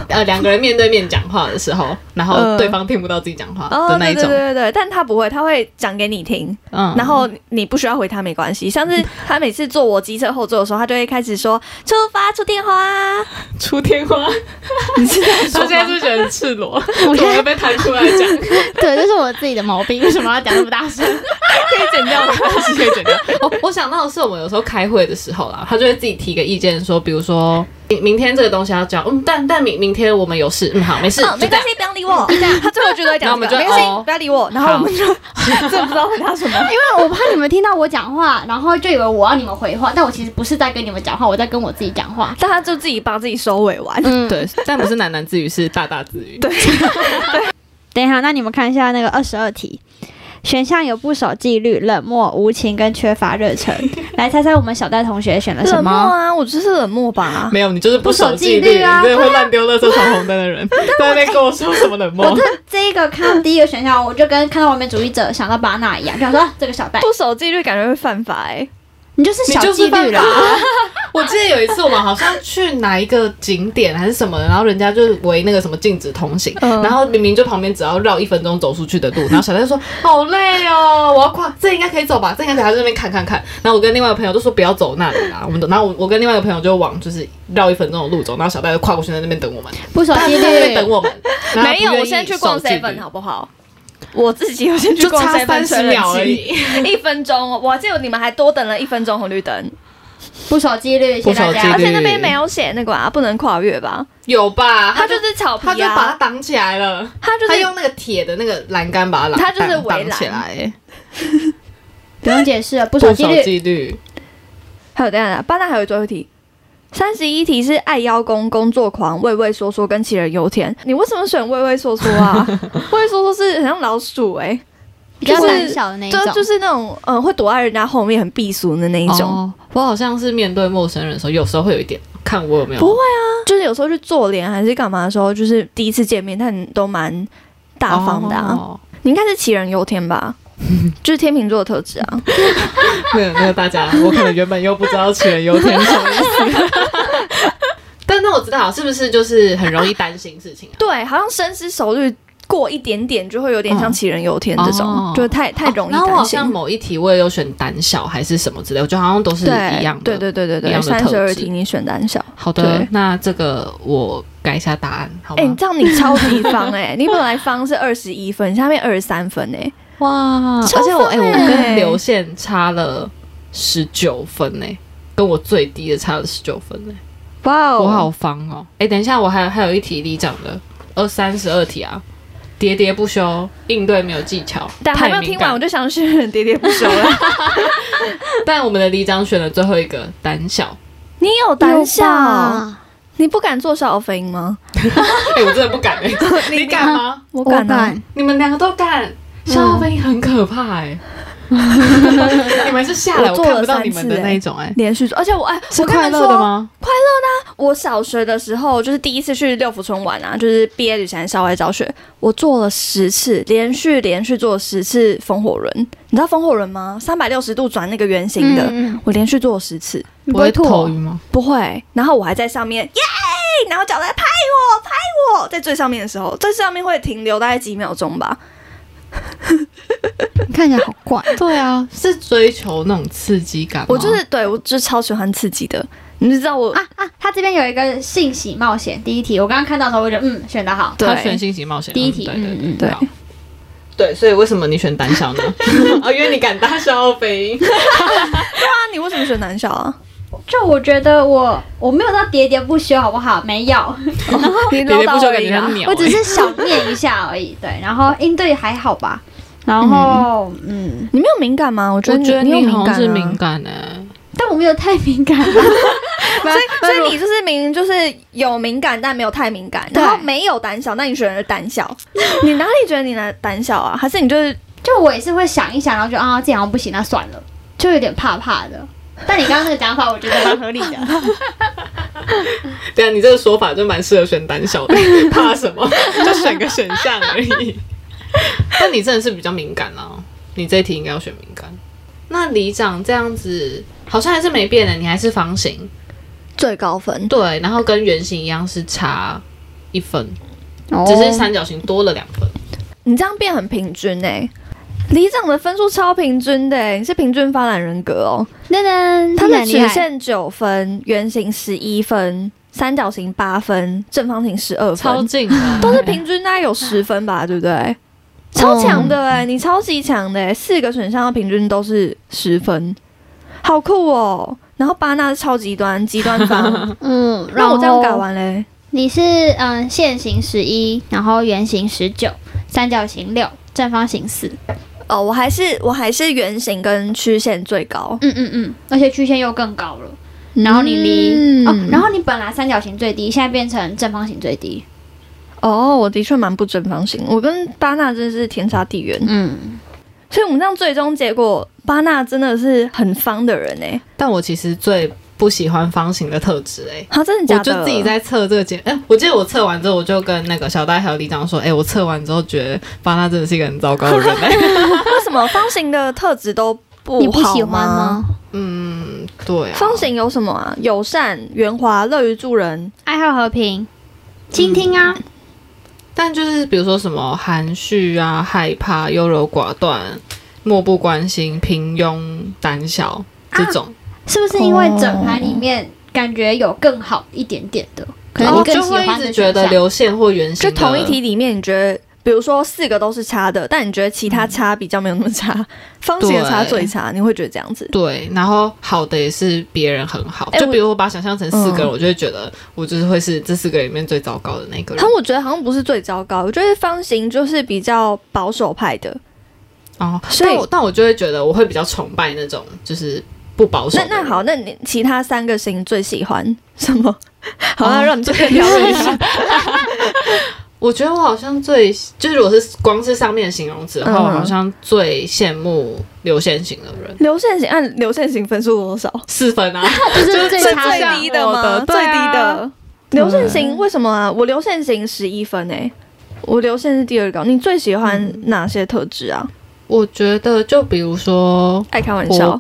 C: 呃两个人面对面讲话的时候，然后对方听不到自己讲话的那一种。
B: 哦、对对对对，但他不会，他会讲给你听，嗯，然后你不需要回他没关系。像是他每次坐我机车后座的时候，他就会开始说出发出电花，
C: 出天花。
B: 你是这样说吗？
C: 他现在是不是觉得很赤裸？我会被弹出来讲。
A: 对，这是我自己的毛病，为什么要讲那么大声？
B: 可以剪掉没关系，
C: 可以剪掉。哦，我想到的是，我们有时候开会的时候啦，他就会自己提个意见，说，比如说明明天这个东西要交，嗯，但但明明天我们有事，嗯，好，没事，
B: 哦、没关系，不要理我。他最后就会讲，
C: 我们就
B: 没关系、
C: 哦，
B: 不要理我。然后我们就真的不知道回答什么，
A: 因为我怕你们听到我讲话，然后就以为我要你们回话，但我其实不是在跟你们讲话，我在跟我自己讲话。
B: 但他就自己帮自己收尾完。
C: 嗯，对，但不是喃喃自语，是大大自语。
B: 对对。
A: 等一下，那你们看一下那个二十二题。选项有不守纪律、冷漠、无情跟缺乏热忱。来猜猜我们小戴同学选了什么？
B: 冷漠啊，我就是冷漠吧。
C: 没有，你就是不守纪律啊！你真的会乱丢垃圾、闯红灯的人，在那边跟我说什么冷漠？
A: 我这这一个看到第一个选项，我就跟看到完美主义者想到巴纳一样，就想说、啊、这个小戴
B: 不守纪律，感觉会犯法哎、欸。
A: 你就是小纪律啦。
C: 我记得有一次我们好像去哪一个景点还是什么的，然后人家就围那个什么禁止通行，嗯、然后明明就旁边只要绕一分钟走出去的路，然后小戴就说好累哦，我要跨，这应该可以走吧，这应该可以，他在那边看看看。然后我跟另外一个朋友就说不要走那里啦，我们然后我我跟另外一个朋友就往就是绕一分钟的路走，然后小戴就跨过去在那边等我们，
A: 不守纪律，
C: 在那边等我们。
B: 没有，我先去逛 seven 好不好？我自己有先去逛 seven
C: 三十秒而已，
B: 一分钟，我记得你们还多等了一分钟红绿灯。
A: 不守纪律，谢谢大家。
B: 而且那边没有写那个啊，不能跨越吧？
C: 有吧？
B: 他就是草皮、啊，
C: 他就把它挡起来了。
B: 他就是
C: 他用那个铁的那个栏杆把它
B: 他就是围
C: 挡起来。
A: 不用解释了，不守纪律。
C: 纪律。
B: 还有等一下，巴纳还有最后一题，三十一题是爱邀功、工作狂、畏畏缩缩跟杞人忧天。你为什么选畏畏缩缩啊？畏畏缩缩是很像老鼠哎、欸。
A: 比较胆小的那一种，
B: 就就是那种呃会躲在人家后面很避俗的那一种、哦。
C: 我好像是面对陌生人的时候，有时候会有一点看我有没有。
B: 不会啊，就是有时候去做脸还是干嘛的时候，就是第一次见面，但都蛮大方的啊。哦、你应该是杞人忧天吧？就是天秤座的特质啊。
C: 没有，没有大家，我可能原本又不知道杞人忧天是什么意思。但那我知道是不是就是很容易担心事情啊？
B: 对，好像深思熟虑。过一点点就会有点像杞人忧天这种，哦、就是太太容易担心。
C: 然后我好像某一题我也有选胆小还是什么之类，我觉得好像都是一样的。
B: 对对对对对，三十二题你选胆小。
C: 好的，那这个我改一下答案，好吗？
B: 哎、欸，这样你超级方哎、欸，你本来方是二十一分，下面二十三分哎、欸，
C: 哇！而且我哎、欸，我跟刘宪差了十九分哎、欸，跟我最低的差了十九分哎、欸，哇、wow ！我好方哦。哎、欸，等一下，我还有还有一题里长的二三十二题啊。喋喋不休，应对没有技巧，
B: 但还没有听完我就想选喋喋不休了。
C: 但我们的里长选了最后一个胆小，
B: 你有胆小？你不敢做小飞吗？
C: 哎、欸，我真的不敢哎、欸，你敢吗？
B: 我敢啊！
A: 敢
C: 你们两个都敢，小飞很可怕哎、欸。你们是下来 我, 我看不到你们的那一种哎、欸，
B: 连续做，而且我哎，
C: 是快乐的吗？
B: 快乐的、啊。我小学的时候就是第一次去六福村玩啊，就是毕业旅行校外教学，我做了十次，连续连续做了十次风火轮。你知道风火轮吗？三百六十度转那个圆形的，嗯、我连续做了十次。
C: 不会头晕吗？
B: 不会。然后我还在上面耶，然后脚在拍我拍我，在最上面的时候，最上面会停留大概几秒钟吧。
A: 看起来好怪。
C: 对啊，是追求那种刺激感吗？
B: 我就是对我就是超喜欢刺激的。你知道我
A: 啊啊，他这边有一个信喜冒险第一题，我刚刚看到的时候我觉得嗯选得好，
C: 他选信喜冒险
A: 第一题，
C: 嗯对对
A: 嗯
C: 对对。对，所以为什么你选胆小呢？啊，因为你敢大笑飞鹰。
B: 对啊，你为什么选胆小啊？
A: 就我觉得我我没有到喋喋不休，好不好？没有，然后
B: 你唠叨而已啊，
A: 我只是小念一下而已。对，然后应对还好吧。然后嗯，嗯
B: 你没有敏感吗？我觉得
C: 你, 我觉得
B: 你有
C: 敏感、啊，
B: 是
C: 敏感哎、欸，
A: 但我没有太敏感。所
B: 以所以你就是明明就是有敏感，但没有太敏感，然后没有胆小，那你选了胆小。你哪里觉得你的胆小啊？还是你就是
A: 就我也是会想一想，然后觉得啊，这样不行，那算了，就有点怕怕的。但你刚刚那个讲法，我觉得蛮合理的。
C: 对啊，你这个说法就蛮适合选胆小的，怕什么？就选个选项而已。但你真的是比较敏感啊，你这一题应该要选敏感。那里长这样子好像还是没变的，你还是方形
B: 最高分。
C: 对，然后跟圆形一样是差一分，
A: 哦
C: 只是三角形多了两分。
B: 你这样变很平均哎、欸，里长的分数超平均的、欸，你是平均发展人格哦。
A: 噔噔，
B: 它的
A: 厉害
B: 曲线九分，圆形十一分，三角形八分，正方形十二分，
C: 超近的，
B: 都是平均大概有十分吧，对不对？超强的哎、欸，你超级强的哎、欸，四个选项平均都是十分，好酷哦。然后巴纳是超极端，极端方，
A: 嗯，
B: 让我这样改完嘞。
A: 你是嗯线形十一，然后圆形十九，三角形六，正方形四。
B: 哦，我还是我还是圆形跟曲线最高，
A: 嗯嗯嗯，而且曲线又更高了。然后你离、
B: 嗯、
A: 哦，然后你本来三角形最低，现在变成正方形最低。
B: 哦，我的确蛮不正方形，我跟巴纳真的是天差地远。
A: 嗯，
B: 所以我们这样最终结果，巴纳真的是很方的人哎。
C: 但我其实最不喜欢方形的特质哎、欸，
B: 啊，真的假的？
C: 我就自己在测这个节，哎、欸，我记得我测完之后，我就跟那个小戴还有李长说，哎、欸，我测完之后觉得巴纳真的是一个很糟糕的人哎、欸。
B: 为什么方形的特质都不好吗？
A: 你不喜欢吗？
C: 嗯，对啊。
B: 方形有什么啊？友善、圆滑、乐于助人、
A: 爱好和平、倾听啊。嗯，
C: 但就是比如说什么含蓄啊、害怕、优柔寡断、漠不关心、平庸、胆小这种，
A: 啊、是不是因为整盘里面感觉有更好一点点的？可能你更喜欢的选项、
C: 哦、就会一直觉得流线或圆形的，
B: 就同一题里面，你觉得比如说四个都是差的，但你觉得其他差比较没有那么差，嗯、方形的差最差，你会觉得这样子？
C: 对，然后好的也是别人很好，欸、就比如我把想象成四个人，嗯、我就会觉得我就是会是这四个里面最糟糕的那个人。
B: 但我觉得好像不是最糟糕，我觉得方形就是比较保守派的。
C: 哦，所以但我但我就会觉得我会比较崇拜那种就是不保守的。
B: 那那好，那你其他三个型最喜欢什么？好，那、哦、让你这边聊一下。
C: 我觉得我好像最就是如果是光是上面的形容词的话，嗯、我好像最羡慕流线型的人。
B: 流线型按流线型分数多少？
C: 四分啊，
A: 就是最
B: 最低的吗？
C: 的
B: 最低的。流线型为什么啊？我流线型十一分诶、欸，我流线是第二高。你最喜欢哪些特质啊？
C: 我觉得就比如说
B: 爱开玩笑。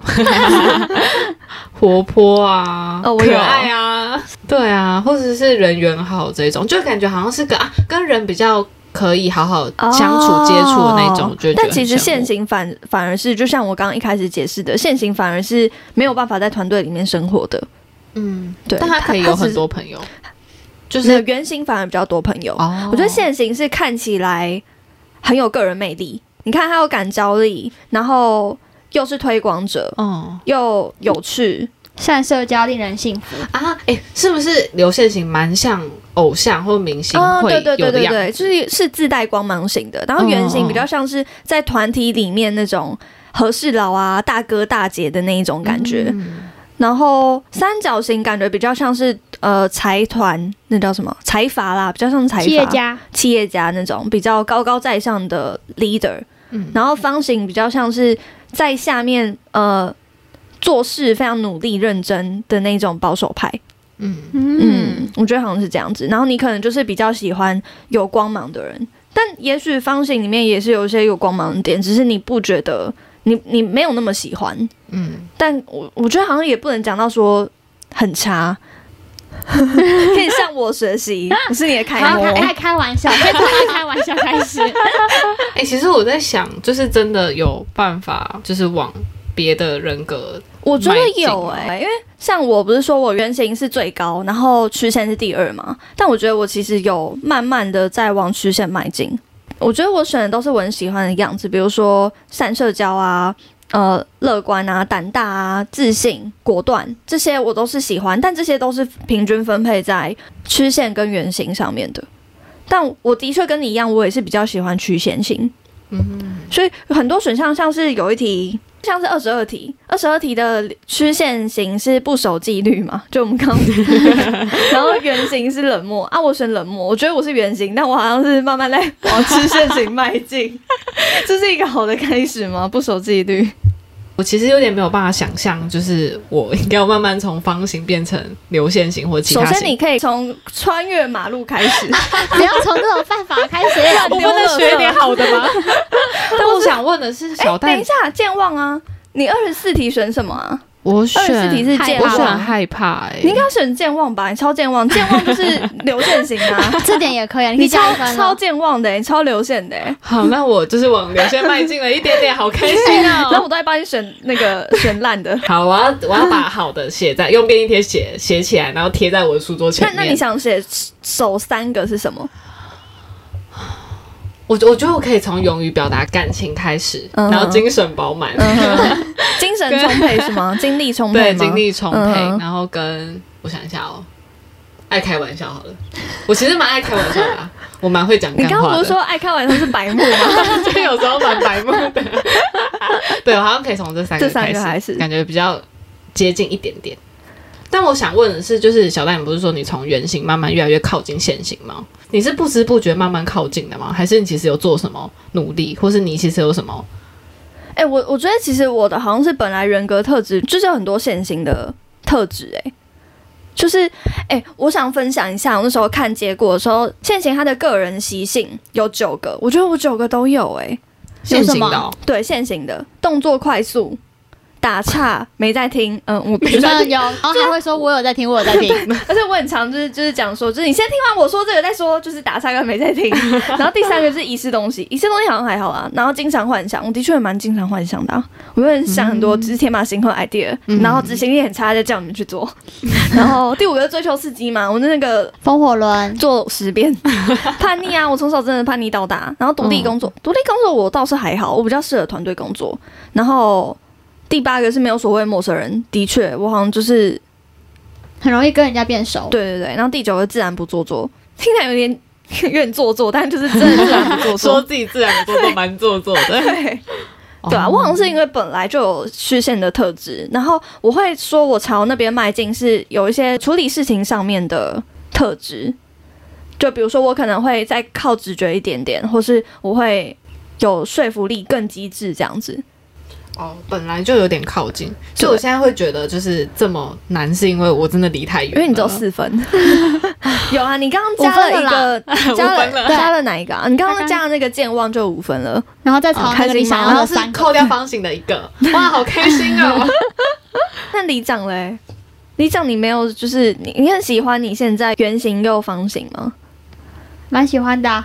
C: 活泼啊，
B: 哦、
C: 可爱啊，对啊，或者是人缘好这种，就感觉好像是个啊，跟人比较可以好好相处、接触的那种。哦、就
B: 但其实线型反反而是，就像我刚刚一开始解释的，线型反而是没有办法在团队里面生活的。
C: 嗯，
B: 对，
C: 但他可以有很多朋友，就是
B: 圆形反而比较多朋友。
C: 哦、
B: 我觉得线型是看起来很有个人魅力，你看他有感召力，然后又是推广者，
C: 哦，
B: 又有趣。
A: 善社交，令人幸福
C: 啊！哎、欸，是不是流线型蛮像偶像或明星会有的样子？哦、对对对对对，
B: 就是是自带光芒型的。然后圆形比较像是在团体里面那种和事佬啊、大哥大姐的那一种感觉。嗯、然后三角形感觉比较像是呃财团，那叫什么财阀啦，比较像财阀、
A: 企业家、
B: 企业家那种比较高高在上的 leader。嗯，然后方形比较像是在下面呃。做事非常努力认真的那种保守派。嗯嗯，我觉得好像是这样子。然后你可能就是比较喜欢有光芒的人，但也许方形里面也是有一些有光芒的点，只是你不觉得你你没有那么喜欢。嗯，但我我觉得好像也不能讲到说很差。可以向我学习，我是你的楷模。
A: 爱开玩笑，先从爱开玩笑开始。
C: 哎、欸，其实我在想，就是真的有办法，就是往别的人格。
B: 我觉得有哎、欸，因为像我不是说我圆形是最高，然后曲线是第二嘛，但我觉得我其实有慢慢的在往曲线迈进。我觉得我选的都是我很喜欢的样子，比如说善社交啊、呃乐观啊、胆大啊、自信、果断，这些我都是喜欢，但这些都是平均分配在曲线跟圆形上面的。但我的确跟你一样，我也是比较喜欢曲线型。嗯，所以很多选项像是有一题。像是二十二题，二十二题的曲线型是不守纪律嘛？就我们刚刚，然后圆形是冷漠啊，我选冷漠，我觉得我是圆形，但我好像是慢慢在往曲线型迈进，这是一个好的开始吗？不守纪律。
C: 我其实有点没有办法想象，就是我应该要慢慢从方形变成流线型或其他型。
B: 首先，你可以从穿越马路开始，
A: 不要从这种犯法开始。
C: 我不能学点好的吗？但我想问的是，小戴、
B: 欸，等一下，健忘啊，你二十四题选什么啊？
C: 我选
B: 二十四题是健
C: 我选
B: 忘，
C: 害怕哎、欸，
B: 你应该选健忘吧？你超健忘，健忘就是流线型啊，
A: 这点也可以啊，你可
B: 你
A: 以加一分
B: 超超
A: 哦。
B: 健忘的、欸，你超流线的、欸，
C: 好，那我就是往流线迈进了一点点，好开心哦！
B: 然后我都在帮你选那个选烂的。
C: 好，我要我要把好的写在用便利贴写写起来，然后贴在我的书桌前面。
B: 那那你想写首三个是什么？
C: 我我觉得我可以从勇于表达感情开始，
B: 嗯、
C: 然后精神饱满，
B: 嗯、精神充沛是吗？精力充沛
C: 对，
B: 吗？
C: 精力充沛，
B: 嗯、
C: 然后跟我想一下哦，爱开玩笑好了，我其实蛮爱开玩笑的、啊，我蛮会讲干话的。
B: 你刚刚不是说爱开玩笑是白目吗？
C: 就有时候蛮白目的。对，我好像可以从这三个
B: 这三
C: 开始，
B: 个还是
C: 感觉比较接近一点点。但我想问的是，就是小戴，你不是说你从圆形慢慢越来越靠近线形吗？你是不知不觉慢慢靠近的吗？还是你其实有做什么努力，或是你其实有什么？
B: 哎、欸，我我觉得其实我的好像是本来人格特质就是有很多线性的特质，哎，就是哎、欸，我想分享一下，我那时候看结果的时候，线型它的个人习性有九个，我觉得我九个都有、欸，哎，
C: 线型的、哦，
B: 对，线型的，动作快速。打岔没在听，嗯，我
A: 没在听，有，然后还会说我有在听，我有在听，
B: 而且我很常就是就是讲说，就是你先听完我说这个再说，就是打岔跟没在听。然后第三个是遗失东西，遗失东西好像还好啊。然后经常幻想，我的确也蛮经常幻想的、啊，我会想很多，只是天马行空 idea，、嗯、然后执行力很差，就叫你们去做。然后第五个是追求刺激嘛，我的那个
A: 风火轮
B: 做十遍，叛逆啊，我从小真的叛逆到大。然后独立工作，独、嗯、立工作我倒是还好，我比较适合团队工作。然后。第八个是没有所谓陌生人，的确，我好像就是
A: 很容易跟人家变熟。
B: 对对对，然后第九个自然不做作，听起来有点有点做作，但就是真的自然不做作，
C: 说自己自然不做作，蛮做作的。
B: 对，对啊，我好像是因为本来就有虚线的特质，然后我会说我朝那边迈进是有一些处理事情上面的特质，就比如说我可能会再靠直觉一点点，或是我会有说服力更机智这样子。
C: 哦，本来就有点靠近，所以我现在会觉得就是这么难，是因为我真的离太远了，
B: 因为你只有四分。有啊，你刚刚加了一个，加了加了哪一个啊？你刚刚加了那个健忘就五分了，
A: 然后再朝那个你想要的三
C: 扣掉方形的一个，哇，好开心哦！
B: 那里长嘞，里长你没有就是你你很喜欢你现在圆形又方形吗？
A: 蛮喜欢的、啊。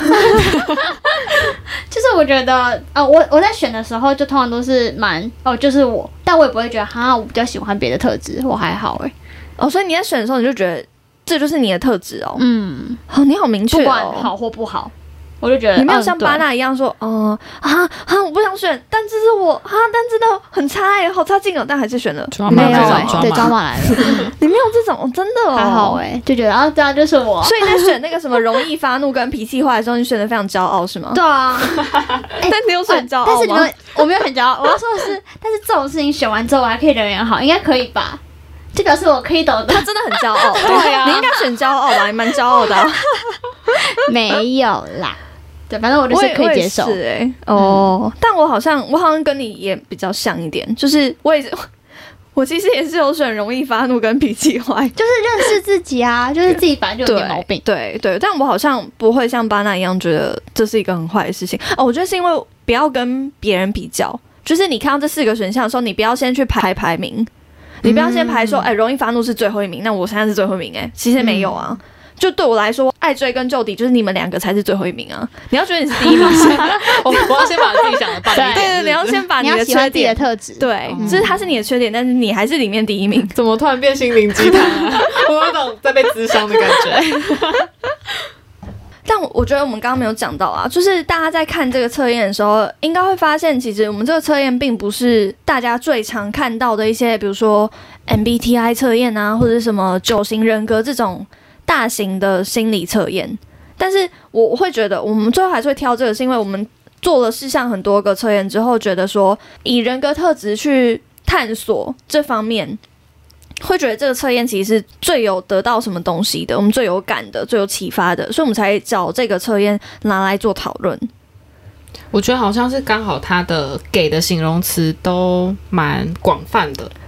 A: 就是我觉得，呃，我我在选的时候就通常都是蛮哦，就是我，但我也不会觉得哈，我比较喜欢别的特质，我还好哎、欸。
B: 哦，所以你在选的时候你就觉得这就是你的特质哦。
A: 嗯，
B: 哦，你好明确哦，
A: 不管好或不好，我就觉得
B: 你没有像巴娜一样说，哦、嗯、啊啊，我不想选，但这是我啊，但真的很差哎、欸，好差劲哦，但还是选了。
A: 没有哎、欸，对，抓马来了。
B: 你没有这种，真的哦，
A: 还好哎、欸，就觉得啊，这样就是我。
B: 所以你在选那个什么容易发怒跟脾气坏的时候，你选的非常骄傲是吗？
A: 对啊，
B: 但你有选骄傲吗？
A: 但是你们我没有很骄傲，我要说的是，但是这种事情选完之后，我还可以人缘好，应该可以吧？就表示我可以懂的。
B: 他真的很骄傲，
C: 对啊，
B: 你应该选骄傲吧？你蛮骄傲的、啊。
A: 没有啦。对，反正我就是可以接受。
B: 是哎、欸，哦、嗯，但我好像我好像跟你也比较像一点，就是我也是，我其实也是有选容易发怒跟脾气坏，
A: 就是认识自己啊，就是自己本来就有点毛病。
B: 对 对, 对，但我好像不会像巴娜一样觉得这是一个很坏的事情哦。我觉得是因为不要跟别人比较，就是你看到这四个选项的时候，你不要先去排排名，你不要先排说，哎、嗯欸，容易发怒是最后一名，那我现在是最后一名、欸，哎，其实没有啊。嗯，就对我来说，爱追跟就底就是你们两个才是最后一名啊！你要觉得你是第一名，
C: 我我要先把自己想的棒一点。
B: 对对，你要先把你的缺点、
A: 的特质，
B: 对，嗯、就是它是你的缺点，但是你还是里面第一名。
C: 怎么突然变心灵鸡汤啊？我有种在被諮商的感觉。
B: 但我觉得我们刚刚没有讲到啊，就是大家在看这个测验的时候，应该会发现，其实我们这个测验并不是大家最常看到的一些，比如说 M B T I 测验啊，或者什么九型人格这种大型的心理测验。但是我会觉得，我们最后还是会挑这个，是因为我们做了事项很多个测验之后，觉得说以人格特质去探索这方面。会觉得这个测验其实是最有得到什么东西的，我们最有感的、最有启发的，所以我们才找这个测验拿来做讨论。
C: 我觉得好像是刚好它的给的形容词都蛮广泛的，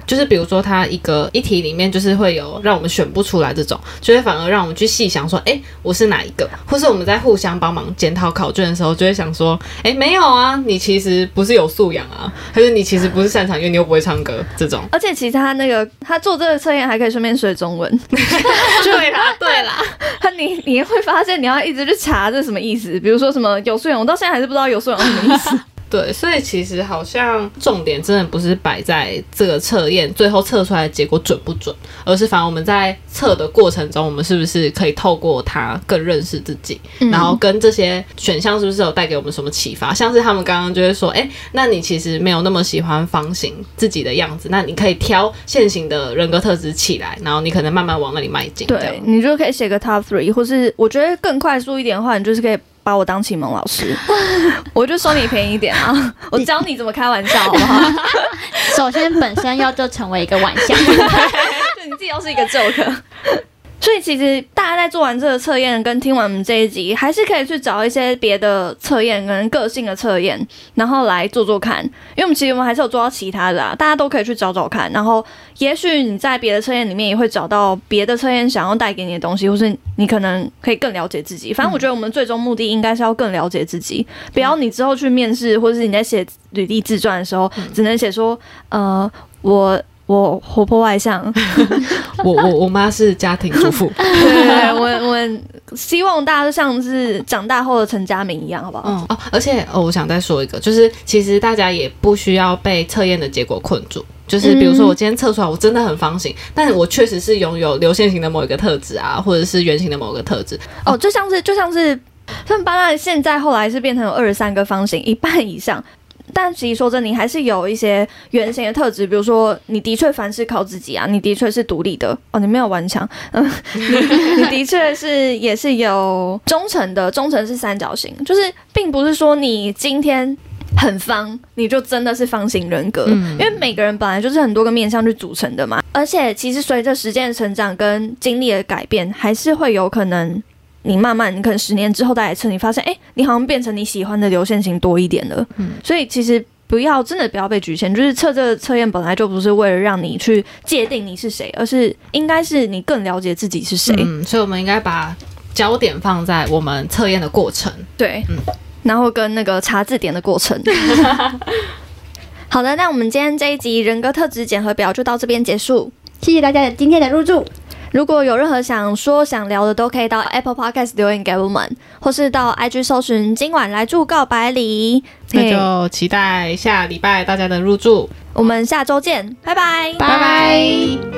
C: 就是比如说它一个一题里面就是会有让我们选不出来这种，就会反而让我们去细想说，哎，我是哪一个？或是我们在互相帮忙检讨考卷的时候，就会想说，哎，没有啊，你其实不是有素养啊，还是你其实不是擅长，因为你又不会唱歌这种。
B: 而且其实他那个他做这个测验还可以顺便学中文。
C: 对啦，对啦，
B: 他你你会发现你要一直去查这什么意思，比如说什么有素养，我到现在还是不知道有素养是什么意思。
C: 对，所以其实好像重点真的不是摆在这个测验最后测出来的结果准不准，而是反而我们在测的过程中，我们是不是可以透过它更认识自己，嗯、然后跟这些选项是不是有带给我们什么启发？像是他们刚刚就会说，哎，那你其实没有那么喜欢方形自己的样子，那你可以挑现行的人格特质起来，然后你可能慢慢往那里迈进。
B: 对，你就可以写个 top three， 或是我觉得更快速一点的话，你就是可以把我当启蒙老师，我就收你便宜一点啊！我教你怎么开玩笑，好不好？
A: 首先，本身要就成为一个玩笑，
B: 就你自己要是一个 joke。所以其实大家在做完这个测验跟听完我们这一集，还是可以去找一些别的测验跟个性的测验，然后来做做看。因为我们其实我们还是有做到其他的啊，大家都可以去找找看。然后也许你在别的测验里面也会找到别的测验想要带给你的东西，或是你可能可以更了解自己。反正我觉得我们最终目的应该是要更了解自己，不要你之后去面试或者是你在写履历自传的时候，只能写说呃我。我活泼外向，
C: 我我我妈是家庭主妇。
B: 对，我我希望大家都像是长大后的陈嘉明一样，好不好？
C: 嗯哦，而且哦，我想再说一个，就是其实大家也不需要被测验的结果困住。就是比如说我今天测出来我真的很方形，但我确实是拥有流线型的某一个特质啊，或者是圆形的某个特质。
B: 哦，就像是就像是他们班上现在后来是变成有二十三个方形，一半以上。但其实说真的，你还是有一些原型的特质，比如说你的确凡事靠自己啊，你的确是独立的哦，你没有顽强，嗯，你你的确是也是有忠诚的，忠诚是三角形，就是并不是说你今天很方，你就真的是方形人格，嗯、因为每个人本来就是很多个面向去组成的嘛，而且其实随着时间的成长跟经历的改变，还是会有可能。你慢慢，你可能十年之后再来测，你发现，哎、欸，你好像变成你喜欢的流线型多一点了。嗯，所以其实不要真的不要被局限，就是测这个测验本来就不是为了让你去界定你是谁，而是应该是你更了解自己是谁。
C: 嗯，所以我们应该把焦点放在我们测验的过程。
B: 对，嗯，然后跟那个查字典的过程。好的，那我们今天这一集人格特质检核表就到这边结束，
A: 谢谢大家今天的入住。
B: 如果有任何想说想聊的，都可以到 Apple Podcast 留言给我们，或是到 I G 搜寻今晚来住告白里。
C: 那就期待下礼拜大家的入住，
B: 我们下周见，拜拜，
C: 拜拜。